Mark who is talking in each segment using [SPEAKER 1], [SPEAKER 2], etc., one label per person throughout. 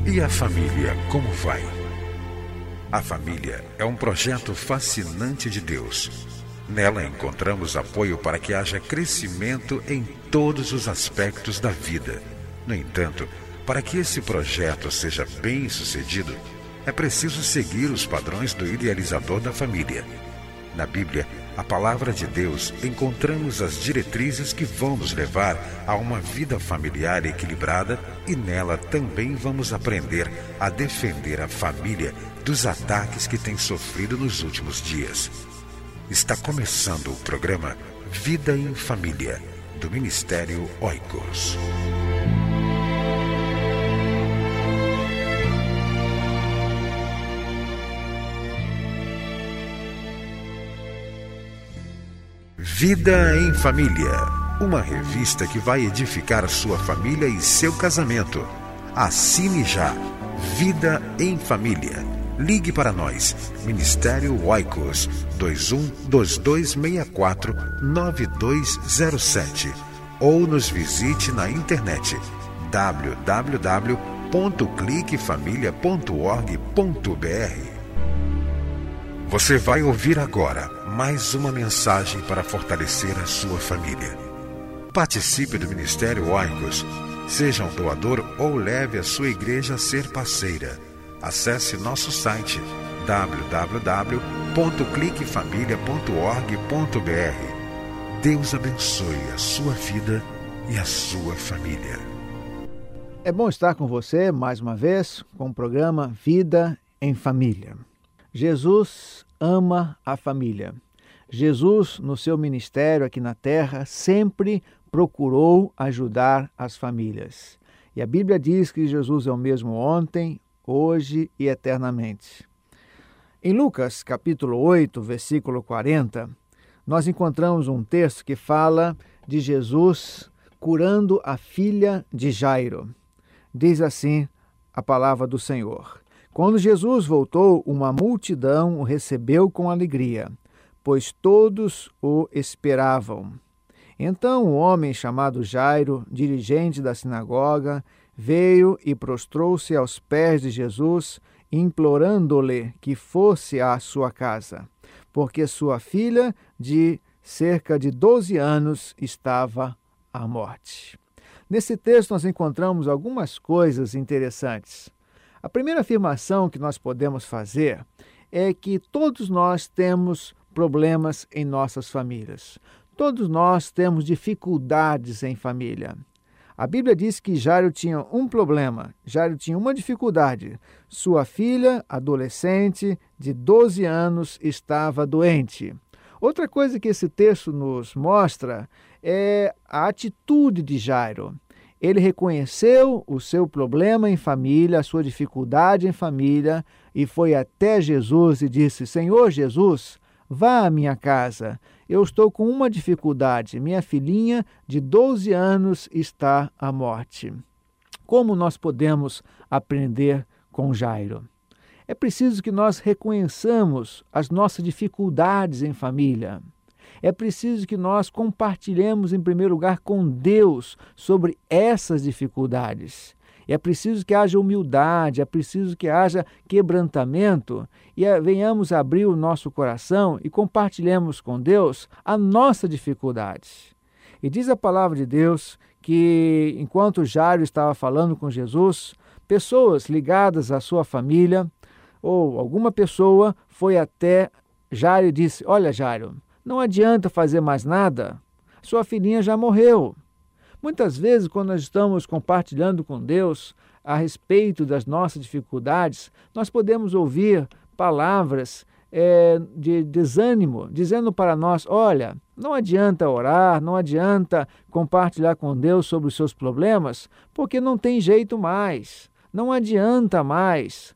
[SPEAKER 1] E a família, como vai? A família é um projeto fascinante de Deus. Nela encontramos apoio para que haja crescimento em todos os aspectos da vida. No entanto, para que esse projeto seja bem-sucedido, é preciso seguir os padrões do idealizador da família. Na Bíblia, a palavra de Deus, encontramos as diretrizes que vão nos levar a uma vida familiar equilibrada e nela também vamos aprender a defender a família dos ataques que tem sofrido nos últimos dias. Está começando o programa Vida em Família, do Ministério Oikos. Vida em Família, uma revista que vai edificar a sua família e seu casamento. Assine já, Vida em Família. Ligue para nós, Ministério Oikos, 21-2264-9207 ou nos visite na internet www.cliquefamilia.org.br. Você vai ouvir agora mais uma mensagem para fortalecer a sua família. Participe do Ministério Oikos, seja um doador ou leve a sua igreja a ser parceira. Acesse nosso site www.cliquefamilia.org.br. Deus abençoe a sua vida e a sua família.
[SPEAKER 2] É bom estar com você mais uma vez com o programa Vida em Família. Jesus ama a família. Jesus, no seu ministério aqui na terra, sempre procurou ajudar as famílias. E a Bíblia diz que Jesus é o mesmo ontem, hoje e eternamente. Em Lucas, capítulo 8, versículo 40, nós encontramos um texto que fala de Jesus curando a filha de Jairo. Diz assim a palavra do Senhor: Quando Jesus voltou, uma multidão o recebeu com alegria, pois todos o esperavam. Então um homem chamado Jairo, dirigente da sinagoga, veio e prostrou-se aos pés de Jesus, implorando-lhe que fosse à sua casa, porque sua filha, de cerca de 12 anos, estava à morte. Nesse texto nós encontramos algumas coisas interessantes. A primeira afirmação que nós podemos fazer é que todos nós temos problemas em nossas famílias. Todos nós temos dificuldades em família. A Bíblia diz que Jairo tinha um problema, Jairo tinha uma dificuldade. Sua filha, adolescente, de 12 anos, estava doente. Outra coisa que esse texto nos mostra é a atitude de Jairo. Ele reconheceu o seu problema em família, a sua dificuldade em família, e foi até Jesus e disse: Senhor Jesus, vá à minha casa. Eu estou com uma dificuldade. Minha filhinha de 12 anos está à morte. Como nós podemos aprender com Jairo? É preciso que nós reconheçamos as nossas dificuldades em família. É preciso que nós compartilhemos, em primeiro lugar, com Deus sobre essas dificuldades. É preciso que haja humildade, é preciso que haja quebrantamento e venhamos abrir o nosso coração e compartilhemos com Deus a nossa dificuldade. E diz a palavra de Deus que, enquanto Jairo estava falando com Jesus, pessoas ligadas à sua família ou alguma pessoa foi até Jairo e disse: Olha, Jairo, não adianta fazer mais nada, sua filhinha já morreu. Muitas vezes, quando nós estamos compartilhando com Deus a respeito das nossas dificuldades, nós podemos ouvir palavras de desânimo, dizendo para nós: olha, não adianta orar, não adianta compartilhar com Deus sobre os seus problemas, porque não tem jeito mais, não adianta mais,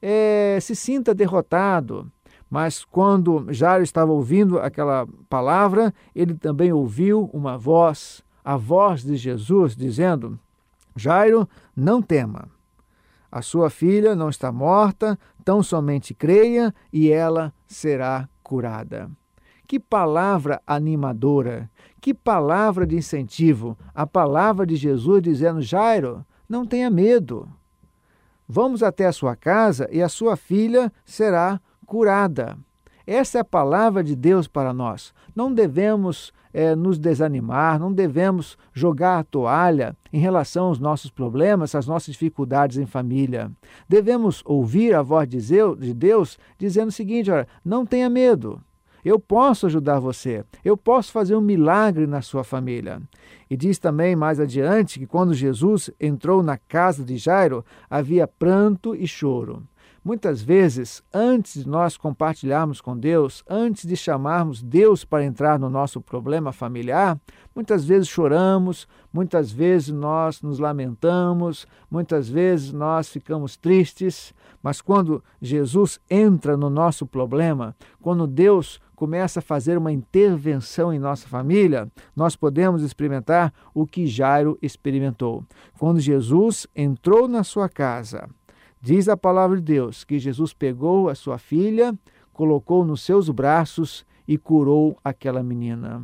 [SPEAKER 2] se sinta derrotado. Mas quando Jairo estava ouvindo aquela palavra, ele também ouviu uma voz, a voz de Jesus, dizendo: Jairo, não tema. A sua filha não está morta, tão somente creia e ela será curada. Que palavra animadora, que palavra de incentivo, a palavra de Jesus dizendo: Jairo, não tenha medo. Vamos até a sua casa e a sua filha será curada. Essa é a palavra de Deus para nós. Não devemos nos desanimar, não devemos jogar a toalha em relação aos nossos problemas, às nossas dificuldades em família. Devemos ouvir a voz de Deus dizendo o seguinte: olha, não tenha medo. Eu posso ajudar você, eu posso fazer um milagre na sua família. E diz também mais adiante que quando Jesus entrou na casa de Jairo, havia pranto e choro. Muitas vezes, antes de nós compartilharmos com Deus, antes de chamarmos Deus para entrar no nosso problema familiar, muitas vezes choramos, muitas vezes nós nos lamentamos, muitas vezes nós ficamos tristes, mas quando Jesus entra no nosso problema, quando Deus começa a fazer uma intervenção em nossa família, nós podemos experimentar o que Jairo experimentou. Quando Jesus entrou na sua casa, diz a palavra de Deus que Jesus pegou a sua filha, colocou nos seus braços e curou aquela menina.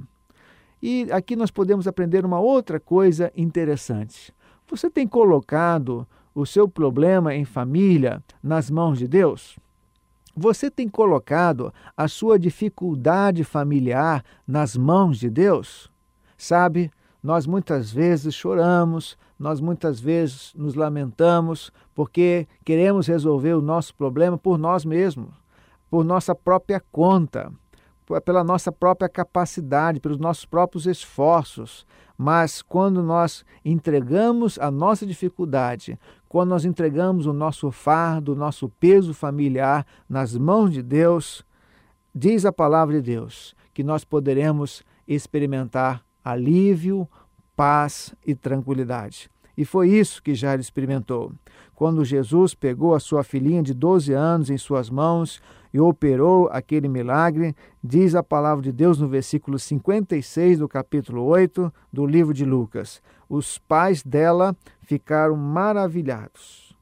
[SPEAKER 2] E aqui nós podemos aprender uma outra coisa interessante. Você tem colocado o seu problema em família nas mãos de Deus? Você tem colocado a sua dificuldade familiar nas mãos de Deus? Sabe, nós muitas vezes choramos, nós muitas vezes nos lamentamos porque queremos resolver o nosso problema por nós mesmos, por nossa própria conta, pela nossa própria capacidade, pelos nossos próprios esforços. Mas quando nós entregamos a nossa dificuldade, quando nós entregamos o nosso fardo, o nosso peso familiar nas mãos de Deus, diz a palavra de Deus que nós poderemos experimentar alívio, paz e tranquilidade. E foi isso que Jairo experimentou. Quando Jesus pegou a sua filhinha de 12 anos em suas mãos e operou aquele milagre, diz a palavra de Deus no versículo 56 do capítulo 8 do livro de Lucas. Os pais dela ficaram maravilhados.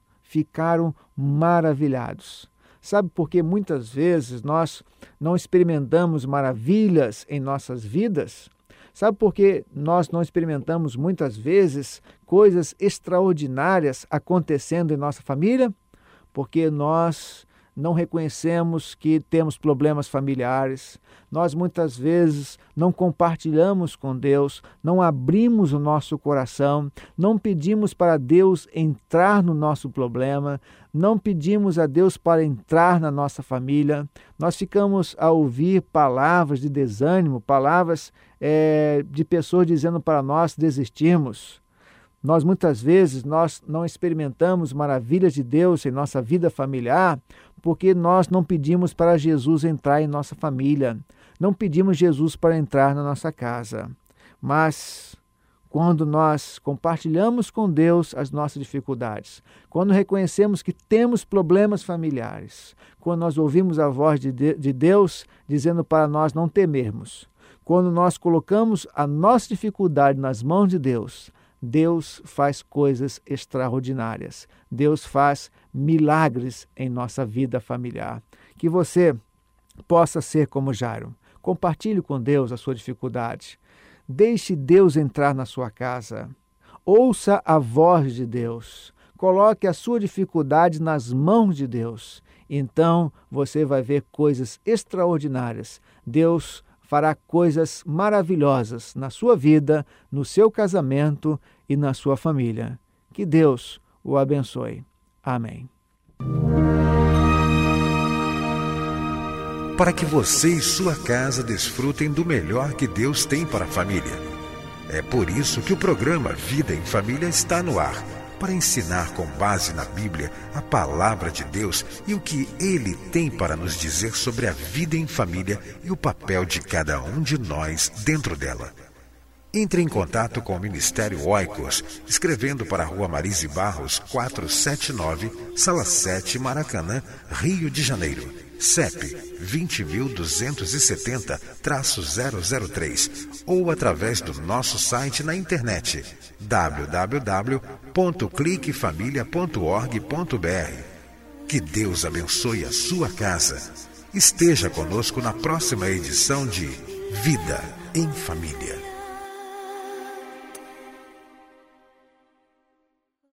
[SPEAKER 2] Sabe por que muitas vezes nós não experimentamos maravilhas em nossas vidas? Sabe por que nós não experimentamos muitas vezes coisas extraordinárias acontecendo em nossa família? Porque nós não reconhecemos que temos problemas familiares, nós muitas vezes não compartilhamos com Deus, não abrimos o nosso coração, não pedimos para Deus entrar no nosso problema, não pedimos a Deus para entrar na nossa família. Nós ficamos a ouvir palavras de desânimo, palavras de pessoas dizendo para nós desistirmos. Nós muitas vezes não experimentamos maravilhas de Deus em nossa vida familiar porque nós não pedimos para Jesus entrar em nossa família, não pedimos Jesus para entrar na nossa casa. Mas quando nós compartilhamos com Deus as nossas dificuldades, quando reconhecemos que temos problemas familiares, quando nós ouvimos a voz de Deus dizendo para nós não temermos, quando nós colocamos a nossa dificuldade nas mãos de Deus, Deus faz coisas extraordinárias. Deus faz milagres em nossa vida familiar. Que você possa ser como Jairo. Compartilhe com Deus a sua dificuldade. Deixe Deus entrar na sua casa. Ouça a voz de Deus. Coloque a sua dificuldade nas mãos de Deus. Então você vai ver coisas extraordinárias. Deus fará coisas maravilhosas na sua vida, no seu casamento e na sua família. Que Deus o abençoe. Amém.
[SPEAKER 1] Para que você e sua casa desfrutem do melhor que Deus tem para a família. É por isso que o programa Vida em Família está no ar, para ensinar com base na Bíblia a palavra de Deus e o que Ele tem para nos dizer sobre a vida em família e o papel de cada um de nós dentro dela. Entre em contato com o Ministério Oikos, escrevendo para a Rua Marise Barros, 479, Sala 7, Maracanã, Rio de Janeiro. CEP 20.270-003 ou através do nosso site na internet www.cliquefamilia.org.br. Que Deus abençoe a sua casa. Esteja conosco na próxima edição de Vida em Família.